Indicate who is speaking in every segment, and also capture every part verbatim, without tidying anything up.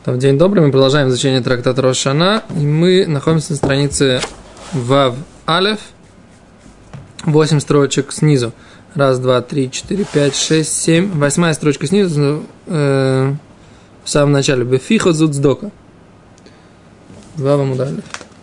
Speaker 1: День добрый, мы продолжаем изучение трактата Рош ха-Шана, и мы находимся на странице Вав Алеф, восемь строчек снизу. Раз, два, три, четыре, пять, шесть, семь. Восьмая строчка снизу, э, в самом начале. Бефихо зуцдока. Вав Амудалев.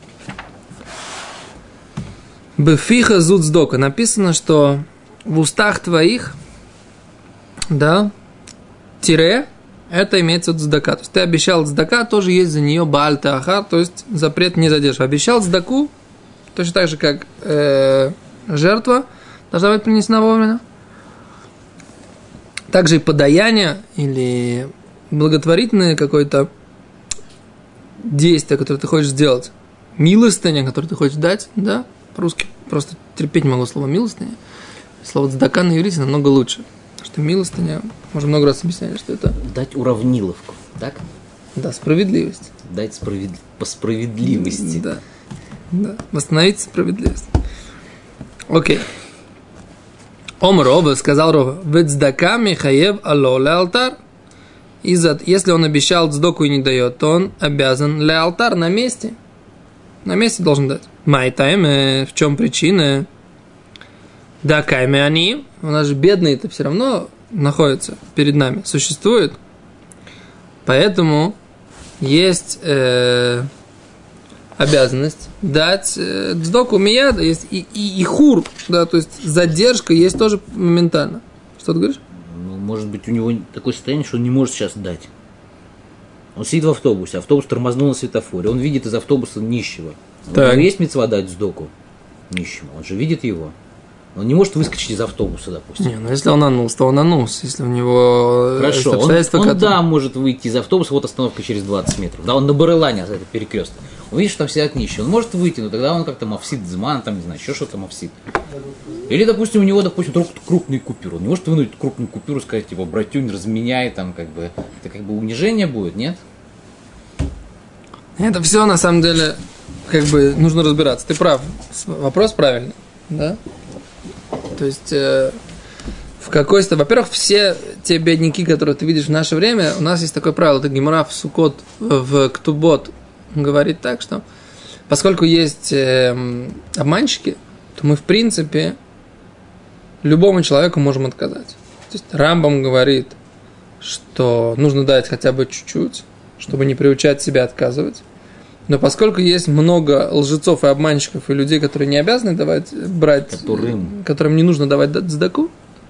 Speaker 1: Бефихо зуцдока. Написано, что в устах твоих, да, тире, это имеется в виду цдака. То есть ты обещал цдака, тоже есть за нее бааль теахар, то есть запрет не задерживать. Обещал цдаку, точно так же, как э, жертва должна быть принесена вовремя. Также и подаяние или благотворительное какое-то действие, которое ты хочешь сделать. Милостыня, которую ты хочешь дать, да, по-русски. Просто терпеть не могу слово милостыня. Слово цдака на иврите намного лучше. Что милостыня, можно много раз объяснять, что это...
Speaker 2: Дать уравниловку, так?
Speaker 1: Да, справедливость.
Speaker 2: Дать справед... по справедливости.
Speaker 1: Да, да, восстановить справедливость. Окей. Омар Рова, сказал Рова, «Вецдака михаев ало ле алтар». Если он обещал цдоку и не дает, то он обязан ле алтар на месте. На месте должен дать. Майтайм, в чем причина? Да, кайме они, у нас же бедные-то все равно находятся перед нами, существуют. Поэтому есть э, обязанность дать э, цдоку мияда, есть и, и, и хур, да, то есть задержка есть тоже моментально. Что ты говоришь?
Speaker 2: Ну, может быть, у него такое состояние, что он не может сейчас дать. Он сидит в автобусе, автобус тормознул на светофоре, он видит из автобуса нищего. У него есть мицва дать цдоку нищему, он же видит его. Он не может выскочить из автобуса, допустим.
Speaker 1: Не, ну если он анус, то он анус. Если у него...
Speaker 2: Хорошо, он, он которые... да, может выйти из автобуса, вот остановка через двадцать метров. Да, он на Барелане, это перекресток. Он видит, что там сидят нищие. Он может выйти, но тогда он как-то мавсид зман, там, не знаю, еще что-то мавсид. Или, допустим, у него, допустим, крупные купюры. Он не может вынуть крупную купюру, сказать, типа, братюнь, разменяй, там, как бы... Это как бы унижение будет, нет?
Speaker 1: Это все, на самом деле, как бы, нужно разбираться. Ты прав. Вопрос правильный, да? То есть, э, в какой-то... Во-первых, все те бедняки, которые ты видишь в наше время, у нас есть такое правило, это Гемара в Сукот, в Ктубот говорит так, что поскольку есть э, обманщики, то мы, в принципе, любому человеку можем отказать. То есть, Рамбам говорит, что нужно дать хотя бы чуть-чуть, чтобы не приучать себя отказывать. Но поскольку есть много лжецов и обманщиков, и людей, которые не обязаны давать, брать, которым, которым не нужно давать цдаку,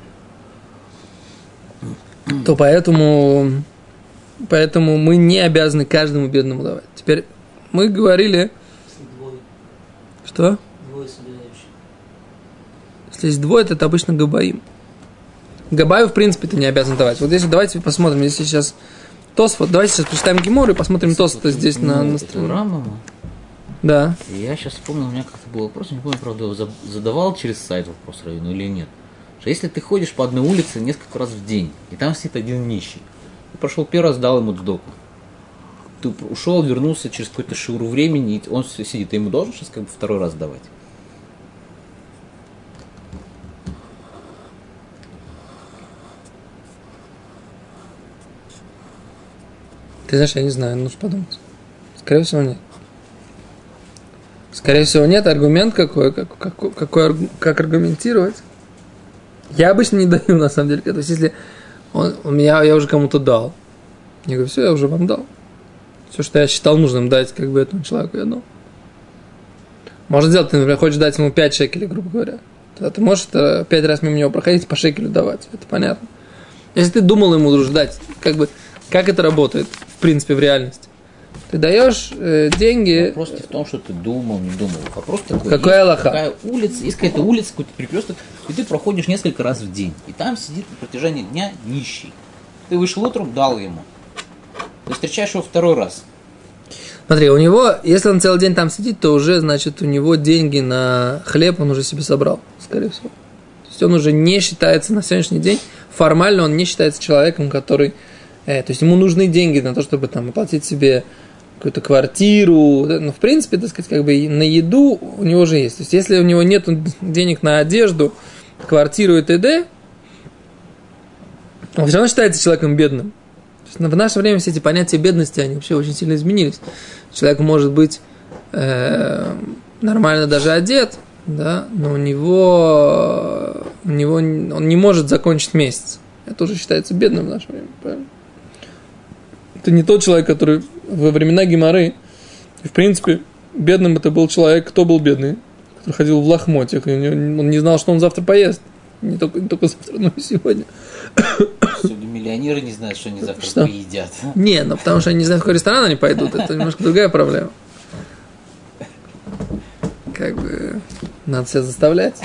Speaker 1: то поэтому, поэтому мы не обязаны каждому бедному давать. Теперь мы говорили...
Speaker 3: Двое.
Speaker 1: Что?
Speaker 3: Двое собирающих.
Speaker 1: Если есть двое, то это обычно габаим. Габаю, в принципе, ты не обязан давать. Вот если давайте посмотрим, если сейчас... Тосфот, давайте сейчас прочитаем Гемору и посмотрим Тосфота здесь на, на
Speaker 2: странице.
Speaker 1: Да.
Speaker 2: Я сейчас вспомнил, у меня как-то был вопрос, не помню, правда, задавал через сайт вопрос Равину или нет. Что если ты ходишь по одной улице несколько раз в день, и там сидит один нищий, ты прошел первый раз, дал ему цдоку, ты ушел, вернулся через какой-то шуру времени, и он сидит, ты ему должен сейчас как бы второй раз давать?
Speaker 1: Ты знаешь, я не знаю, нужно подумать. Скорее всего, нет. Скорее всего, нет. Аргумент какой, как, какой, какой, как аргументировать? Я обычно не даю, на самом деле. То есть, если он, у меня, я уже кому-то дал. Я говорю, все, я уже вам дал. Все, что я считал нужным дать, как бы, этому человеку, я дал. Можно сделать, ты, например, хочешь дать ему пять шекелей, грубо говоря. Тогда ты можешь пять раз мимо него проходить, по шекелю давать. Это понятно. Если ты думал ему уже дать, как бы, как это работает, в принципе, в реальности? Ты даешь э, деньги...
Speaker 2: Вопрос не в том, что ты думал, не думал. Вопрос такой,
Speaker 1: какая
Speaker 2: есть
Speaker 1: лоха?
Speaker 2: Какая улица, есть какая-то улица, какой-то перекресток, и ты проходишь несколько раз в день. И там сидит на протяжении дня нищий. Ты вышел утром, дал ему. Ты встречаешь его второй раз.
Speaker 1: Смотри, у него, если он целый день там сидит, то уже, значит, у него деньги на хлеб он уже себе собрал, скорее всего. То есть он уже не считается на сегодняшний день, формально он не считается человеком, который... Э, то есть ему нужны деньги на то, чтобы там оплатить себе какую-то квартиру. Да? Но в принципе, так сказать, как бы на еду у него же есть. То есть если у него нет денег на одежду, квартиру и т.д., он все равно считается человеком бедным. есть в наше время все эти понятия бедности, они вообще очень сильно изменились. Человек может быть э, нормально даже одет, да, но у него, у него он не может закончить месяц. Это уже считается бедным в наше время, правильно? Это не тот человек, который во времена Гемары, в принципе, бедным это был человек, кто был бедный, который ходил в лохмотьях, и он не знал, что он завтра поест. Не только, не только завтра, но и сегодня.
Speaker 2: Сегодня миллионеры не знают, что они завтра
Speaker 1: что?
Speaker 2: поедят.
Speaker 1: Не, ну потому что они не знают, в какой ресторан они пойдут. Это немножко другая проблема. Как бы надо себя заставлять.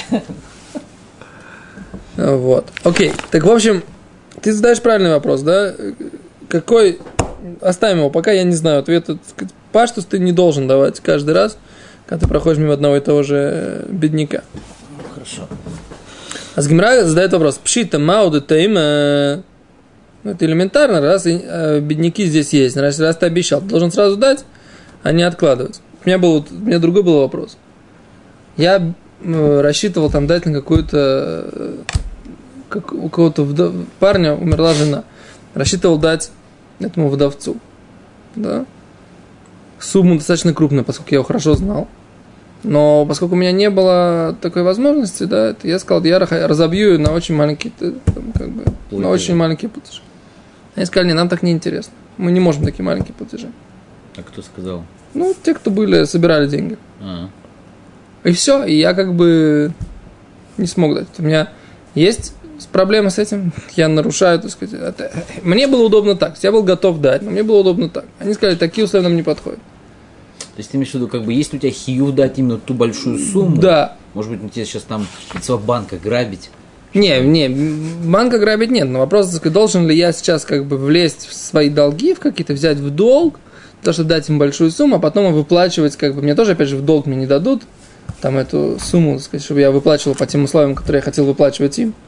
Speaker 1: Вот. Окей. Так, в общем, ты задаешь правильный вопрос, да? Какой... Оставим его, пока я не знаю ответа. Паштус ты не должен давать каждый раз, когда ты проходишь мимо одного и того же бедняка.
Speaker 2: Хорошо.
Speaker 1: А с Гемара задает вопрос. Пшита мауды тайма. Ну, это элементарно, раз э, бедняки здесь есть. Раз, раз ты обещал, ты должен сразу дать, а не откладывать. У меня, был, у меня другой был вопрос. Я э, рассчитывал там дать на какую-то... Э, как, у кого-то вдов, парня умерла жена. Рассчитывал дать этому вдовцу. Да? Сумму достаточно крупную, поскольку я его хорошо знал. Но поскольку у меня не было такой возможности, да, это я сказал, я разобью ее на очень маленькие, там, как бы, на очень маленькие платежи. Они сказали, не, нам так не интересно. Мы не можем такие маленькие платежи.
Speaker 2: А кто сказал?
Speaker 1: Ну, те, кто были, собирали деньги.
Speaker 2: А-а.
Speaker 1: И все, и я как бы не смог дать. У меня есть проблема с этим, я нарушаю, так сказать. Это... Мне было удобно так, я был готов дать, но мне было удобно так. Они сказали, такие условия нам не подходят.
Speaker 2: То есть ты имеешь в виду, как бы, если у тебя хию дать именно ту большую сумму,
Speaker 1: да.
Speaker 2: Может быть, тебе сейчас там своего банка грабить?
Speaker 1: Не, не, банка грабить нет, но вопрос, так сказать, должен ли я сейчас как бы влезть в свои долги, в какие-то взять в долг, то, чтобы дать им большую сумму, а потом выплачивать, как бы, мне тоже, опять же, в долг мне не дадут, там эту сумму, так сказать, чтобы я выплачивал по тем условиям, которые я хотел выплачивать им.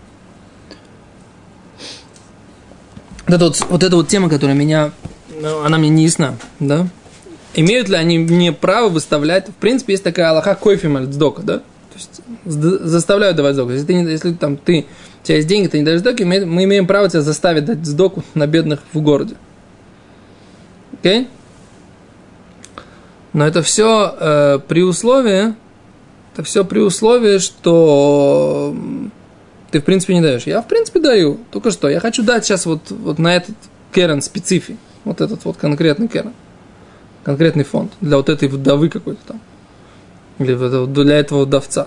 Speaker 1: Вот эта вот, вот эта вот тема, которая меня, ну, она мне не ясна, да? Имеют ли они мне право выставлять, в принципе, есть такая алаха койфим аль-цдока, да? То есть заставляют давать сдоку. Если, ты, если там, ты, у тебя есть деньги, ты не даешь сдоку, мы, мы имеем право тебя заставить дать сдоку на бедных в городе. Окей? Okay? Но это все э, при условии, это все при условии, что ты в принципе не даешь. Я в принципе даю. Только что я хочу дать сейчас вот, вот на этот керен специфи, вот этот вот конкретный керен, конкретный фонд для вот этой вдовы какой-то там. Или для этого вдовца.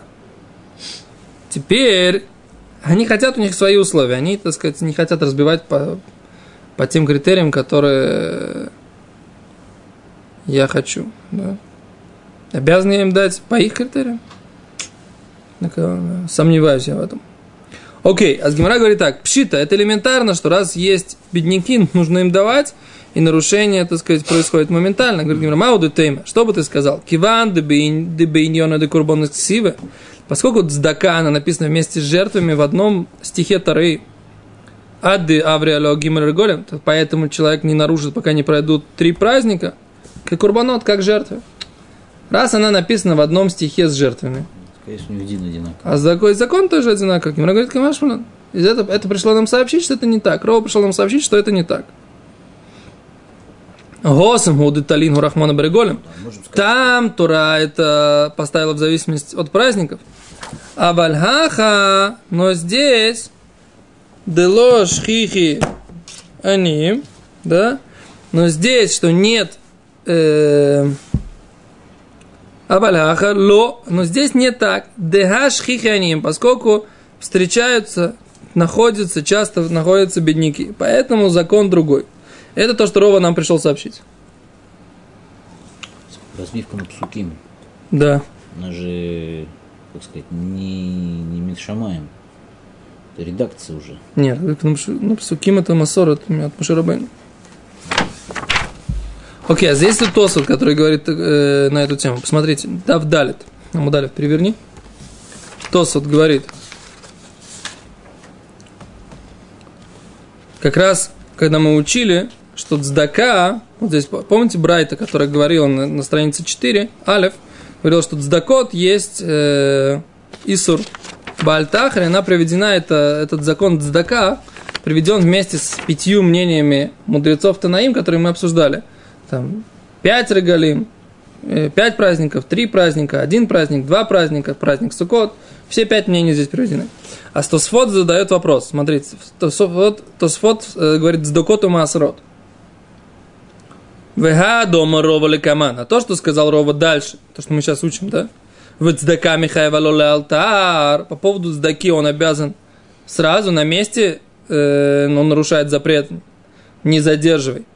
Speaker 1: Теперь они хотят, у них свои условия. Они, так сказать, не хотят разбивать по, по тем критериям, которые я хочу. Да. Обязан я им дать по их критериям? Сомневаюсь я в этом. Окей, а Гемара говорит так. Пшита, это элементарно, что раз есть бедняки, нужно им давать, и нарушение, так сказать, происходит моментально. Говорит Гемара, мауду тейма, что бы ты сказал? Киван де бейньона де курбон ксиве. Поскольку цдака, она написана вместе с жертвами в одном стихе Торы, адды авриалё гимер голем, поэтому человек не нарушит, пока не пройдут три праздника, как курбанот, как жертвы. Раз она написана в одном стихе с жертвами.
Speaker 2: Конечно, не один одинаковый. А
Speaker 1: закон, закон тоже одинаковый. Гемара говорит, Камашман, это, это пришло нам сообщить, что это не так. Рова пришло нам сообщить, что это не так. Госом гудиталин гурахмана бреголем. Там Тора это поставила в зависимости от праздников. А вальхаха, но здесь дело шхихи аним, да, но здесь, что нет э, авальхаха, ло, но здесь не так. Деха шхихи аним, поскольку встречаются, находятся, часто находятся бедняки. Поэтому закон другой. Это то, что Рова нам пришел сообщить.
Speaker 2: Разбивка на псуким.
Speaker 1: Да.
Speaker 2: Она же, как сказать, не, не Митшамаем. Это редакция уже.
Speaker 1: Нет, ну, псуким это Масор, это от Моше Рабейну. Окей, а здесь тут Тосфот, который говорит э, на эту тему. Посмотрите, Дав Далит. Амудалев, переверни. Тосфот говорит. Как раз, когда мы учили, что цдака, вот здесь, помните Брайта, которая говорила на, на странице четыре, Алеф, говорил, что цдакот есть э, Исур Баальтахар, и она приведена, это, этот закон цдака, приведен вместе с пятью мнениями мудрецов Танаим, которые мы обсуждали. Там пять регалим, пять праздников, три праздника, один праздник, два праздника, праздник Суккот. Все пять мнений здесь приведены. А Тосфот задает вопрос. Смотрите, Тосфот, Тосфот э, говорит «Сдокоту маасрот». «Вега дома рова лекаман». А то, что сказал Рова дальше, то, что мы сейчас учим, да? «Вецдака михаева лоле алтар». По поводу цдаки он обязан сразу на месте, э, он нарушает запрет, не задерживай.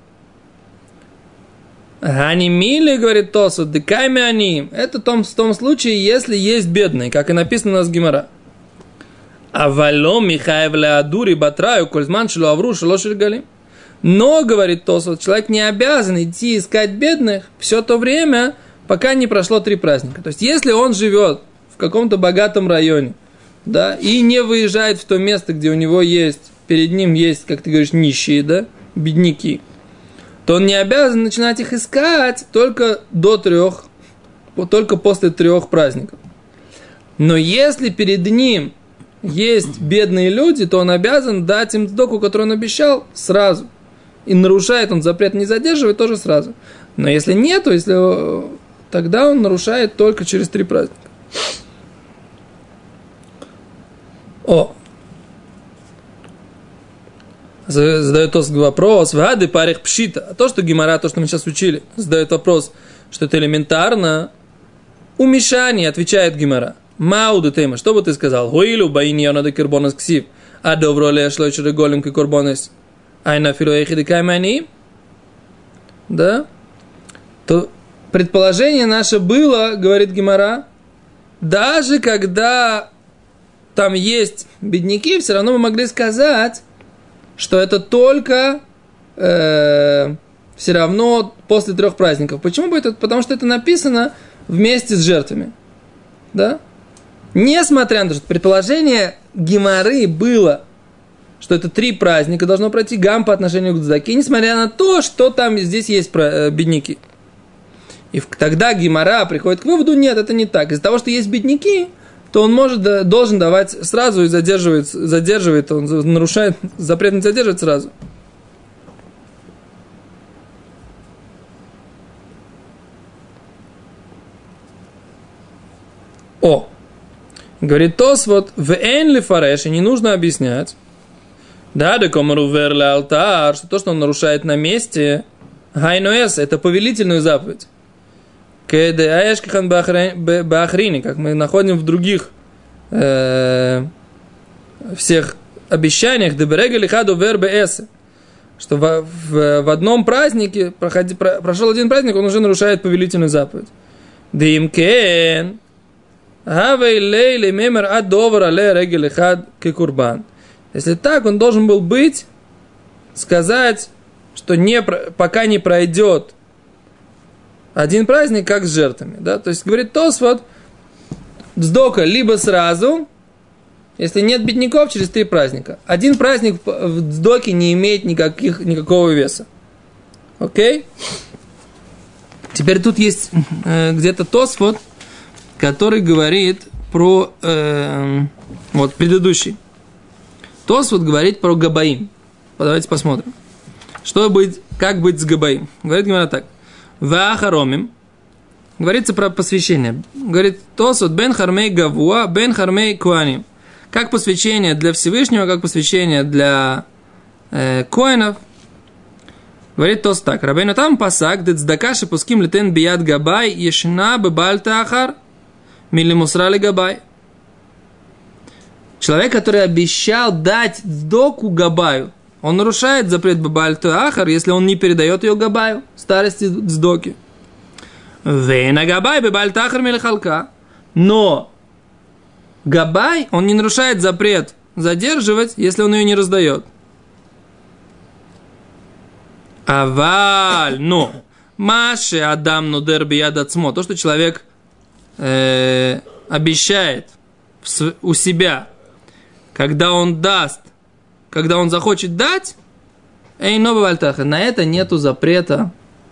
Speaker 1: Ганимили, говорит Тосфот, декайми они. Это в том, в том случае, если есть бедные, как и написано у нас в Гемара. А валом Михаев леадури батраю кользман шелу авру шело шергалим. Но, говорит Тосфот, человек не обязан идти искать бедных все то время, пока не прошло три праздника. То есть, если он живет в каком-то богатом районе, да, и не выезжает в то место, где у него есть, перед ним есть, как ты говоришь, нищие, да, бедняки, то он не обязан начинать их искать только до трех, только после трех праздников. Но если перед ним есть бедные люди, то он обязан дать им цдоку, которую он обещал, сразу. И нарушает он запрет не задерживать тоже сразу. Но если нет, то если, тогда он нарушает только через три праздника. О! Задает Тос вопрос, вады парих пшита. А то, что Гемара, то, что мы сейчас учили, задает вопрос, что это элементарно. Умешание, отвечает Гемара. Мауду тема, что бы ты сказал? Хуилу баини йонады кирбонес ксив, а добро ле шлойчу реголем ки корбонес, айна филу эхиды каймани. Да? То предположение наше было, говорит Гемара, даже когда там есть бедняки, все равно мы могли сказать, что это только э, все равно после трех праздников. Почему бы это? Потому что это написано вместе с жертвами. Да? Несмотря на то, что предположение Гемары было, что это три праздника, должно пройти гам по отношению к цдаке, несмотря на то, что там здесь есть бедняки. И тогда Гемара приходит к выводу, нет, это не так. Из-за того, что есть бедняки, то он может, должен давать сразу и задерживает, задерживает, он нарушает, запрет не задерживает сразу. О! Говорит Тосфот, в эн ли фареш, и не нужно объяснять. Да, де комару верли алтар, что то, что он нарушает на месте, гайноэс, это повелительную заповедь. Кэдэ аэшкахан бахрини, как мы находим в других э, всех обещаниях, деберега лихаду вербе эсэ, что в, в, в одном празднике, проходи, про, прошел один праздник, он уже нарушает повелительную заповедь. Димкен гавей лейли мемер адовара ле рега лихад кекурбан. Если так, он должен был быть, сказать, что не, пока не пройдет один праздник, как с жертвами. Да? То есть, говорит Тосфот, цдока либо сразу, если нет бедняков, через три праздника. Один праздник в цдоке не имеет никаких, никакого веса. Окей? Теперь тут есть э, где-то Тосфот, который говорит про э, вот предыдущий. Тосфот говорит про габаим. Давайте посмотрим. Что быть, как быть с габаим? Говорит Гемара так. Ваахаромим. Говорится про посвящение. Говорит Тосфот бен хармей гавуа, бен хармей куаним. Как посвящение для Всевышнего, как посвящение для э, коинов. Говорит Тосфот так. Рабейну там пасак, дет цдакаши пуским летен бияд габай, ешна бебаль таахар, мили мусрали габай. Человек, который обещал дать цдоку габаю, он нарушает запрет бебаль таахар, если он не передает ее габаю, старости цдоки. Вейна габай бебаль таахар мили халка. Но габай, он не нарушает запрет задерживать, если он ее не раздает. Аваль, но Маше Адам Нудер Биядацмо, то, что человек э, обещает в, у себя, когда он даст, когда он захочет дать, эй, но бальтахар, на это нету запрета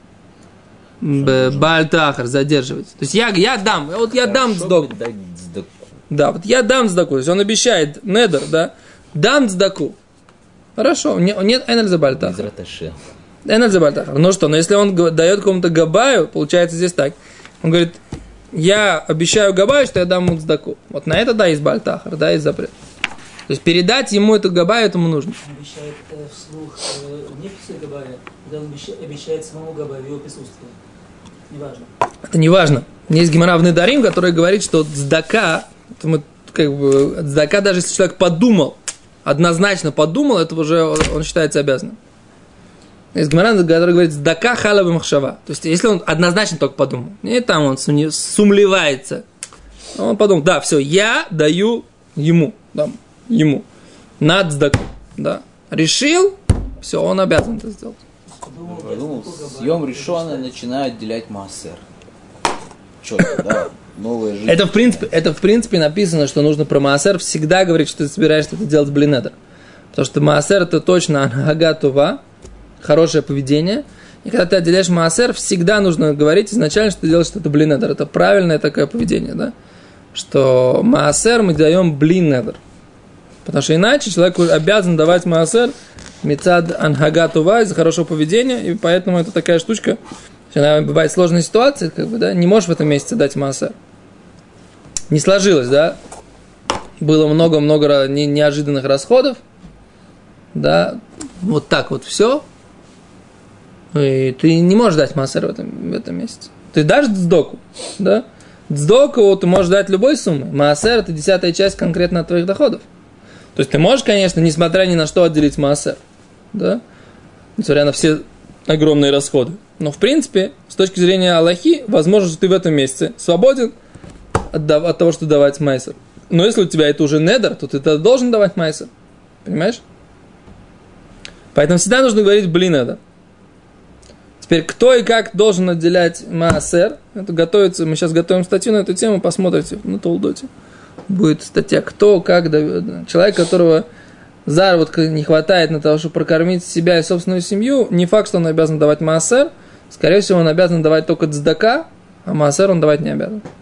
Speaker 1: бальтахар задерживать. То есть я, я дам, вот я дам цдаку. Да, вот я дам цдаку. То есть он обещает недер, да, дам цдаку. Хорошо, не- нет энель за бальтахар.
Speaker 2: Израташем.
Speaker 1: Энель за бальтахар. Ну что, но если он г- дает кому-то габаю, получается здесь так. Он говорит, я обещаю габаю, что я дам ему цдаку. Вот на это, да, есть бальтахар, да, есть запрет. То есть передать ему эту габаю, этому нужно.
Speaker 3: Он обещает э, вслух э, не присутствие Габая, когда он обещает, обещает самому Габая в его присутствии. Неважно.
Speaker 1: Это не важно. Есть гемара в Недарим, который говорит, что цдака, это мы, как бы, цдака, даже если человек подумал, однозначно подумал, это уже он считается обязанным. Есть гемара, который говорит, цдака халаба махшава. То есть, если он однозначно только подумал, и там он сумлевается, он подумал, да, все, я даю ему, да, ему, на цдаку, да. Решил, все, он обязан это сделать.
Speaker 3: Подумал,
Speaker 2: Подумал,
Speaker 3: я цдаку
Speaker 2: съем
Speaker 3: Габая,
Speaker 2: решено,
Speaker 3: обещает.
Speaker 2: начинаю отделять массер. Четко, да. Новая жизнь.
Speaker 1: Это в принципе, это в принципе написано, что нужно про маасер всегда говорить, что ты собираешься это делать блинедер. Потому что маасер это точно агатува, хорошее поведение. И когда ты отделяешь маасер, всегда нужно говорить изначально, что ты делаешь это блинедер. Это правильное такое поведение, да? Что маасер мы даем блинедер. Потому что иначе человек обязан давать маасер мицад анхагатува из-за хорошего поведения, и поэтому это такая штучка. Иногда бывает сложная ситуация, как бы, да, не можешь в этом месяце дать маасер. Не сложилось, да? Было много-много не, неожиданных расходов, да? Вот так вот все. И ты не можешь дать маасер в этом, в этом месяце. Ты дашь цдоку, да? Цдоку ты можешь дать любой суммы. Маасер – это десятая часть конкретно от твоих доходов. То есть ты можешь, конечно, несмотря ни на что, отделить маасер, да? Несмотря на все огромные расходы. Но, в принципе, с точки зрения Аллахи, возможно, что ты в этом месяце свободен от, от того, что давать майсер. Но если у тебя это уже недер, то ты -то должен давать майсер. Понимаешь? Поэтому всегда нужно говорить блин это. Теперь, кто и как должен отделять маасер, это готовится, мы сейчас готовим статью на эту тему, посмотрите на Толдоте. Будет статья, кто, как, человек, которого заработка не хватает на то, чтобы прокормить себя и собственную семью, не факт, что он обязан давать маасер, скорее всего, он обязан давать только цдака, а маасер он давать не обязан. То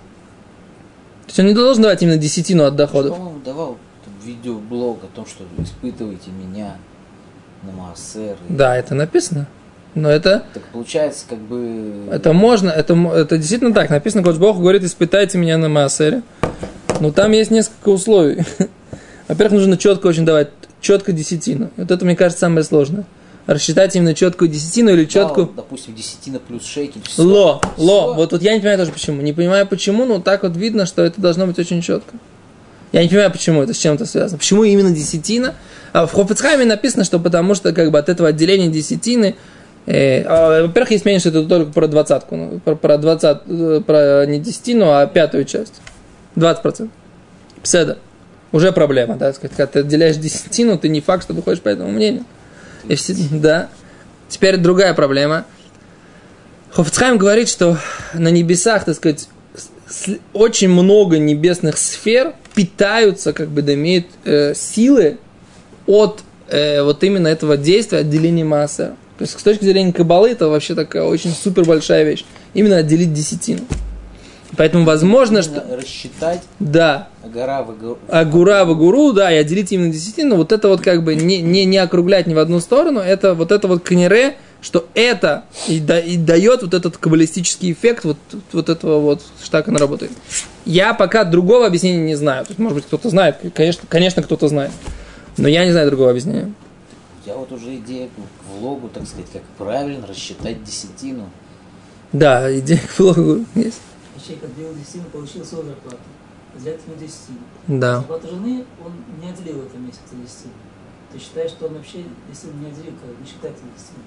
Speaker 1: есть он не должен давать именно десятину от доходов.
Speaker 2: По-моему, давал видеоблог о том, что испытывайте меня на маасер.
Speaker 1: Да, это написано. Но это...
Speaker 2: Так получается, как бы...
Speaker 1: Это можно, это, это действительно так. Написано, Кош Бог говорит, испытайте меня на маасере. Но там есть несколько условий. Во-первых, нужно четко очень давать, четко десятину. Вот это, мне кажется, самое сложное. Рассчитать именно четкую десятину или четкую...
Speaker 2: Да, допустим, десятина плюс шекель.
Speaker 1: Ло, ло. Вот тут я не понимаю тоже почему. Не понимаю почему, но так вот видно, что это должно быть очень четко. Я не понимаю, почему это с чем-то связано. Почему именно десятина? А в Хафец Хаиме написано, что потому что как бы от этого отделения десятины... Э, а, во-первых, есть меньше, это только про двадцатку. Ну, про, про двадцать, про не десятину, а пятую часть. двадцать процентов. Пседа. Уже проблема, да, сказать, когда ты отделяешь десятину, ты не факт, что выходишь по этому мнению. И все, да. Теперь другая проблема. Хафец Хаим говорит, что на небесах, так сказать, очень много небесных сфер питаются, как бы, да, имеют э, силы от э, вот именно этого действия отделения маасера. То есть, с точки зрения каббалы, это вообще такая очень супер большая вещь. Именно отделить десятину. Поэтому возможно, что...
Speaker 2: Рассчитать
Speaker 1: да.
Speaker 2: агара в агуру.
Speaker 1: Агура в агуру, да, и отделить именно десятину. Вот это вот как бы не, не, не округлять ни в одну сторону. Это вот это вот канере, что это и, да, и дает вот этот каббалистический эффект вот, вот этого вот, что так оно работает. Я пока другого объяснения не знаю. То есть, может быть, кто-то знает. Конечно, конечно, кто-то знает. Но я не знаю другого объяснения.
Speaker 2: У тебя вот уже идея к влогу, так сказать, как правильно рассчитать десятину.
Speaker 1: Да, идея к влогу есть.
Speaker 3: Человек отделил десятину, получил свою зарплату. Взять ему десятину.
Speaker 1: Да.
Speaker 3: Зарплату жены он не отделил в этом месяце десятину. Ты считаешь, что он вообще десятину не отделил, как не считается десятину?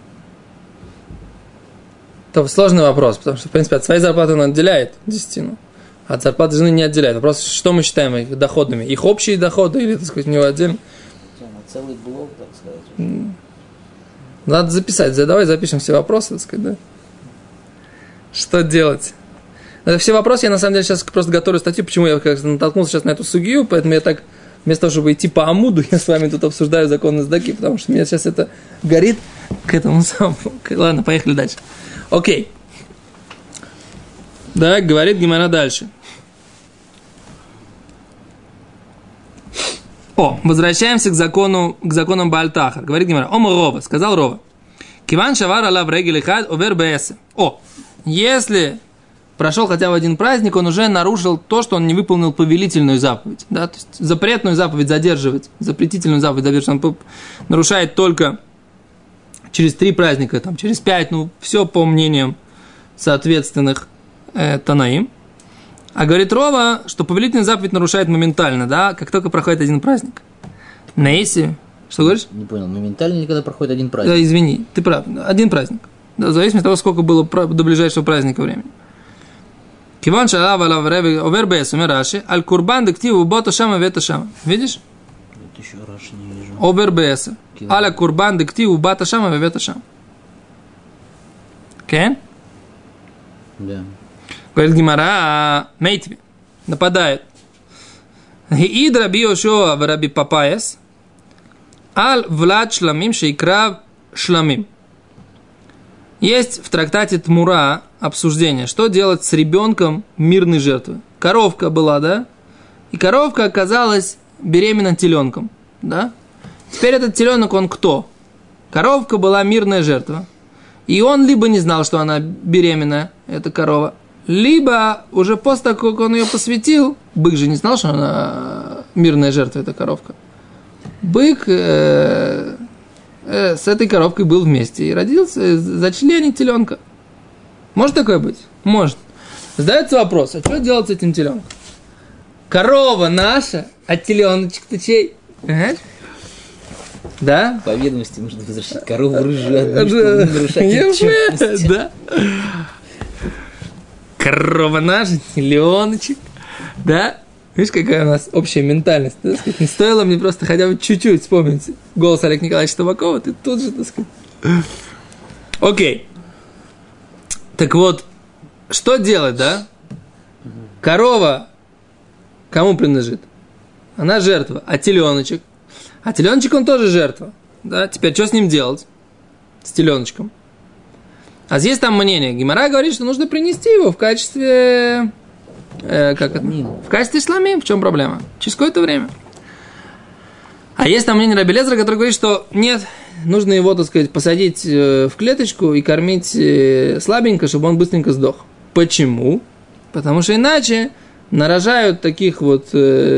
Speaker 1: Это сложный вопрос, потому что, в принципе, от своей зарплаты он отделяет десятину, а от зарплаты жены не отделяет. Вопрос, что мы считаем их доходами? Их общие доходы или, так сказать, у него отдельно?
Speaker 2: Целый блок, так сказать.
Speaker 1: Надо записать. Давай запишем все вопросы, так сказать, да? Что делать? Это все вопросы, я на самом деле сейчас просто готовлю статью, почему я как натолкнулся сейчас на эту сугию, поэтому я так, вместо того, чтобы идти по Амуду, я с вами тут обсуждаю законы сдаки, потому что меня сейчас это горит к этому самому. Ладно, поехали дальше. Окей. Да, говорит Гемара дальше. О, возвращаемся к закону, к законам Баальтахар. Говорит Гемара. Ома Рова, сказал Рова. Киван шавар алав регель хад овер бээсе. О, если прошел хотя бы один праздник, он уже нарушил то, что он не выполнил повелительную заповедь. Да? То есть запретную заповедь задерживать, запретительную заповедь задерживать, он нарушает только через три праздника, там, через пять, ну, все по мнениям соответственных э, Танаим. А говорит Рова, что повелительную заповедь нарушает моментально, да, как только проходит один праздник. Нейси, что говоришь?
Speaker 2: Не понял, моментально или когда проходит один праздник?
Speaker 1: Да, извини, ты прав, один праздник. Да, в зависимости от того, сколько было до ближайшего праздника времени. Киван шалав алав овер бэс умер Раши, аль курбан дективу бота шама вета шама. Видишь?
Speaker 2: Это еще Раши не вижу.
Speaker 1: Овер бэс. Аля курбан дективу бота шама вета шама. Кен?
Speaker 2: Да.
Speaker 1: Говорит Гимара, мейтви, нападает. Хиид раби Йошуа в раби Папаяс, аль влад шламим шейкрав шламим. Есть в трактате Тмура обсуждение, что делать с ребенком мирной жертвы. Коровка была, да? И коровка оказалась беременна теленком, да? Теперь этот теленок, он кто? Коровка была мирная жертва. И он либо не знал, что она беременная, эта корова, либо уже после того, как он ее посвятил, бык же не знал, что она мирная жертва, эта коровка. Бык э, э, с этой коровкой был вместе и родился, зачленить теленка. Может такое быть? Может. Задается вопрос, а что делать с этим теленком? Корова наша, а теленочек-то чей? Ага. Да?
Speaker 2: По ведомости нужно возвращать корову рыжую, одну, чтобы не нарушать отчетность.
Speaker 1: Да. Корова наша, теленочек. Да? Видишь, какая у нас общая ментальность, так сказать. Не стоило мне просто хотя бы чуть-чуть вспомнить голос Олега Николаевича Табакова, ты тут же, так сказать. Окей. Так вот, что делать, да? Корова кому принадлежит? Она жертва. А теленочек? А теленочек, он тоже жертва. Да? Теперь что с ним делать? С теленочком. А здесь там мнение. Гемара говорит, что нужно принести его в качестве... Э, как это? В качестве шламим. В чем проблема? Через какое-то время. А есть там мнение Раби Лезера, который говорит, что нет, нужно его, так сказать, посадить в клеточку и кормить слабенько, чтобы он быстренько сдох. Почему? Потому что иначе нарожают таких вот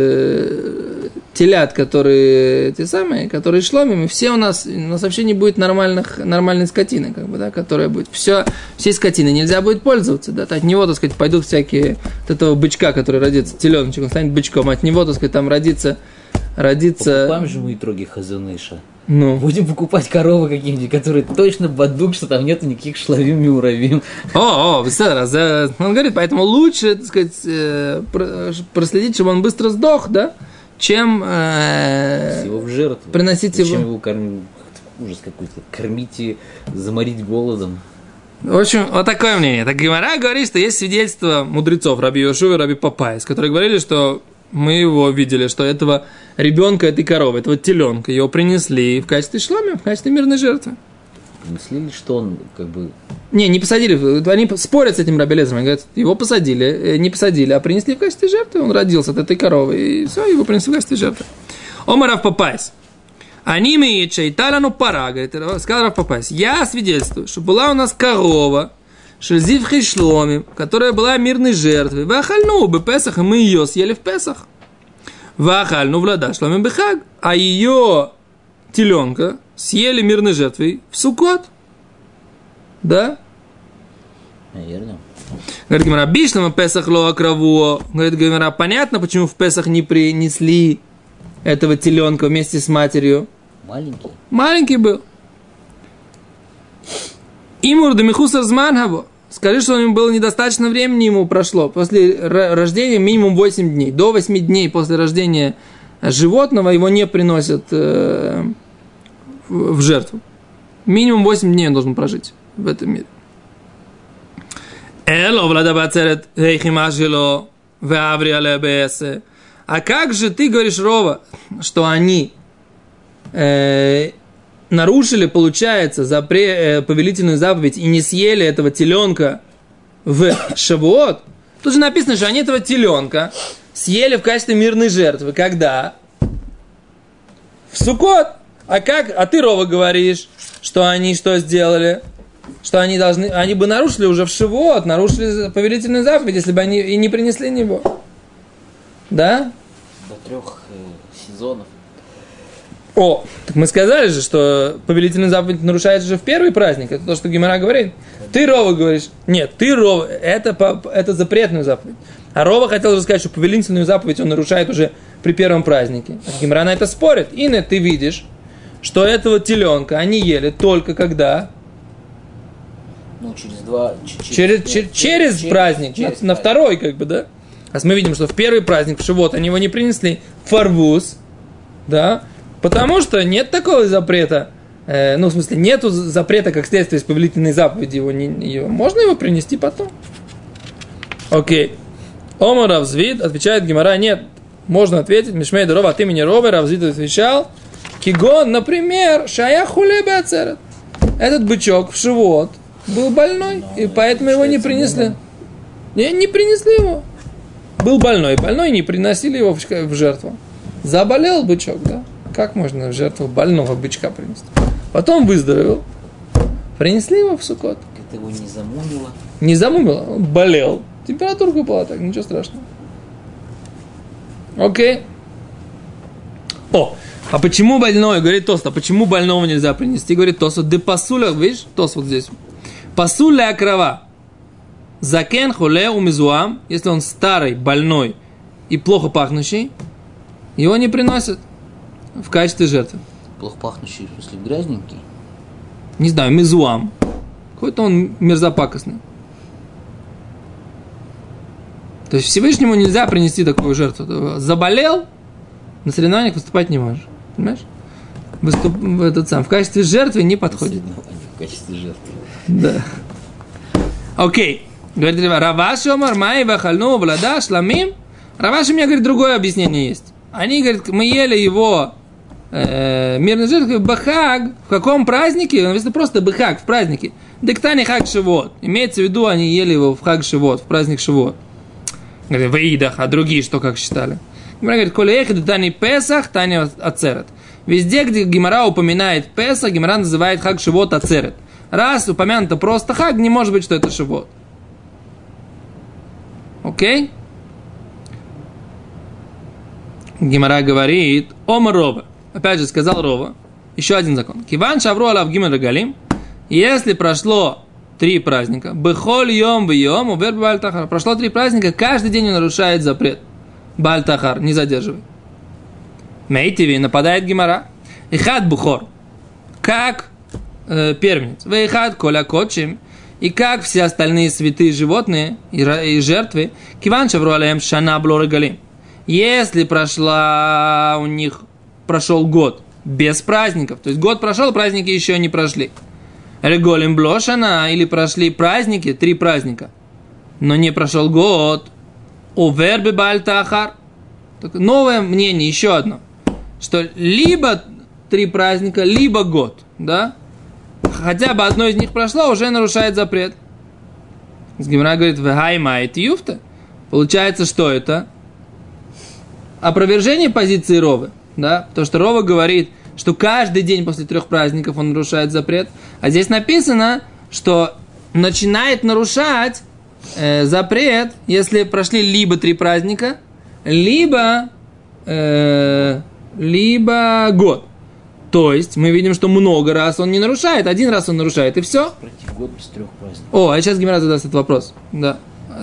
Speaker 1: э, телят, которые те самые, которые шломим, и все у нас, у нас вообще не будет нормальных, нормальной скотины, как бы, да, которая будет, все, всей скотиной нельзя будет пользоваться, да, от него, так сказать, пойдут всякие, от этого бычка, который родится, теленочек, он станет бычком, от него, так сказать, там родится, родится...
Speaker 2: Покупаем же мы итоги Хазаныша.
Speaker 1: Ну.
Speaker 2: Будем покупать коровы какие-нибудь, которые точно бадук, что там нету никаких шлавим и уравим.
Speaker 1: О, о, он говорит, поэтому лучше, так сказать, проследить, чтобы он быстро сдох, да, чем э,
Speaker 2: его в жертву.
Speaker 1: Приносить
Speaker 2: Зачем
Speaker 1: его.
Speaker 2: его кормить? Ужас какой-то. Кормить и заморить голодом.
Speaker 1: В общем, вот такое мнение. Так Гемара говорит, что есть свидетельство мудрецов Раби Йошуа и Раби Папаяс, которые говорили, что мы его видели, что этого ребенка, этой коровы, этого теленка, его принесли в качестве шлами, в качестве мирной жертвы.
Speaker 2: Принесли ли, что он как бы...
Speaker 1: Не, не посадили. Они спорят с этим Раби Лезером. Они говорят, его посадили, не посадили, а принесли в качестве жертвы. Он родился от этой коровы, и все, его принесли в качестве жертвы. Омар Рав Папаяс. Они имеют чайтарану пара, говорит, сказал Рав Папаяс. Я свидетельствую, что была у нас корова, шельзив хишломи, которая была мирной жертвой. Вахальну бы Песах, и мы ее съели в Песах. Вахальну влада шломи бехаг, а ее теленка съели мирной жертвой в Суккот. Да?
Speaker 2: Наверное.
Speaker 1: Говорит Гемара, бишлама Песах лоа кравуо. Говорит Гемара, понятно, почему в Песах не принесли этого теленка вместе с матерью.
Speaker 2: Маленький.
Speaker 1: Маленький был. Имур демихусар зманхаво. Скажи, что у него было недостаточно времени, ему прошло. После рождения минимум восемь дней. До восьми дней после рождения животного его не приносят э, в жертву. Минимум восемь дней он должен прожить в этом мире. А как же ты говоришь, Рова, что они э, нарушили, получается, запре, э, повелительную заповедь и не съели этого теленка в Шавуот? Тут же написано, что они этого теленка съели в качестве мирной жертвы. Когда? в Суккот. А как? А ты, Рова, говоришь, что они что сделали? Что они должны, они бы нарушили уже в Шивот, нарушили повелительную заповедь, если бы они и не принесли него. Да?
Speaker 2: До трех э, сезонов.
Speaker 1: О, так мы сказали же, что повелительную заповедь нарушается же в первый праздник. Это то, что Гемара говорит. Ты, Рова, говоришь. Нет, ты, Рова, это, это запретную заповедь. А Рова хотел же сказать, что повелительную заповедь он нарушает уже при первом празднике. А Гемара на это спорит. И на ты видишь, что этого теленка они ели только когда...
Speaker 2: Ну, через два... Через,
Speaker 1: через, через, через, через праздник, через на, на второй, как бы, да? А мы видим, что в первый праздник, в Шивот, они его не принесли в фарвуз, да? Потому что нет такого запрета, э, ну, в смысле, нету запрета, как следствие из повелительной заповеди, его, не, его, можно его принести потом. Окей. Омар Равзвид, отвечает Гемара, нет, можно ответить, Мишмей Дорова, от имени Ровы, Равзвид отвечал, Кигон, например, Шая Хулебе Ацерет. Этот бычок в Шивот был больной, но и поэтому его не принесли. Не, не принесли его. Был больной, больной не приносили его в жертву. Заболел бычок, да? Как можно в жертву больного бычка принести? Потом выздоровел. Принесли его в Суккот.
Speaker 2: Это его не замумило?
Speaker 1: Не замумило, он болел. Температурка была так, ничего страшного. Окей. О, а почему больной? Говорит Тос, а почему больного нельзя принести? Говорит Тос, де пасуля, видишь, Тос вот здесь. Пасуля окрава. Закен холе умизуам, если он старый, больной и плохо пахнущий, его не приносят в качестве жертвы.
Speaker 2: Плохо пахнущий, в смысле грязненький?
Speaker 1: Не знаю, мизуам. Какой-то он мерзопакостный. То есть Всевышнему нельзя принести такую жертву. Заболел, на соревнованиях выступать не можешь. Понимаешь? Выступ... Этот сам. В качестве жертвы не подходит.
Speaker 2: В качестве жертвы.
Speaker 1: Да. Окей. Говорит, Раваши омар май вахальну влада шламим. Раваши мне говорит, другое объяснение есть. Они говорят, мы ели его э, мирной жертвой бахаг. В каком празднике? Написано просто бахаг, в празднике. Дектани хаг шивот. Имеется в виду, они ели его в хаг шивот, в праздник шивот. Говорит, в Идах, а другие что как считали? Гемара говорит, коли ехид тани Песах, тани Ацерет. Везде, где Гемара упоминает Песах, Гемара называет хаг шивот Ацерет. Раз упомянуто просто хаг, не может быть, что это шивот. Окей? Гемара говорит, Омар Рова. Опять же сказал Рова. Еще один закон. Киван шавру алав гимель регалим. Если прошло три праздника, бехоль йом в йом, убер баль тахар. Прошло три праздника, каждый день он нарушает запрет. Баль тахар, не задерживай. Мейтиви, нападает Гемара. Ихат бухор. Как э, первенец. Вейхат коля котчим. И как все остальные святые животные и, и жертвы, киван шавру алаем шана бло регалим. Если прошла у них, прошел год без праздников, то есть год прошел, праздники еще не прошли. Реголим блошана, или прошли праздники, три праздника, но не прошел год. Овербе бальтахар. Новое мнение, еще одно, что либо три праздника, либо год, да? Хотя бы одно из них прошло, уже нарушает запрет. Гемара говорит, вехаймайт юфта. Получается, что это? Опровержение позиции Ровы, да? Потому что Рова говорит, что каждый день после трех праздников он нарушает запрет. А здесь написано, что начинает нарушать э, запрет, если прошли либо три праздника, либо, э, либо год. То есть мы видим, что много раз он не нарушает, один раз он нарушает, и все.
Speaker 2: Пройти год без трех праздников.
Speaker 1: О, а сейчас Гемара задаст этот вопрос. Да.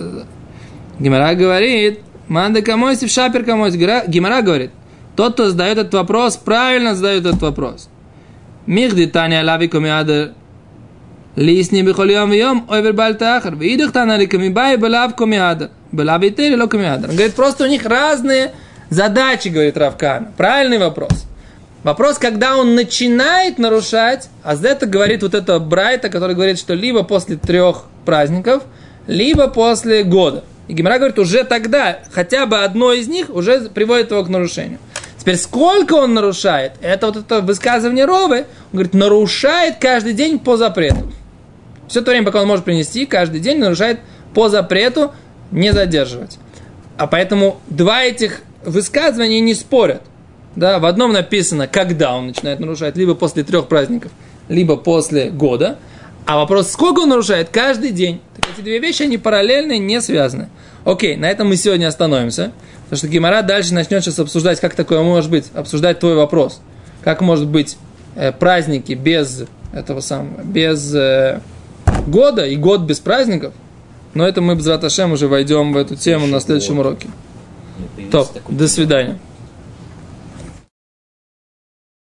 Speaker 1: Гемара говорит, манда камойси в шапер камойси. Гемара говорит, тот, кто задает этот вопрос, правильно задает этот вопрос. Михди таня лави комиадер лисни бихольям вьем овер бальтахар. Видах таня ли комибай белав комиадер. Белав и тери ло комиадер. Он говорит, просто у них разные задачи, говорит Рав Каана. Правильный вопрос. Вопрос, когда он начинает нарушать, а за это говорит вот это Брайта, который говорит, что либо после трех праздников, либо после года. И Гемара говорит, уже тогда, хотя бы одно из них уже приводит его к нарушению. Теперь, сколько он нарушает, это вот это высказывание Ровы, он говорит, нарушает каждый день по запрету. Все то время, пока он может принести, каждый день нарушает по запрету не задерживать. А поэтому два этих высказывания не спорят. Да, в одном написано, когда он начинает нарушать, либо после трех праздников, либо после года. А вопрос, сколько он нарушает? Каждый день. Так эти две вещи, они параллельные, не связаны. Окей, на этом мы сегодня остановимся. Потому что Гемара дальше начнет сейчас обсуждать, как такое может быть, обсуждать твой вопрос. Как может быть э, праздники без этого самого, без э, года и год без праздников. Но это мы, б'эзрат Ашем, уже войдем в эту тему на следующем уроке. То, до свидания.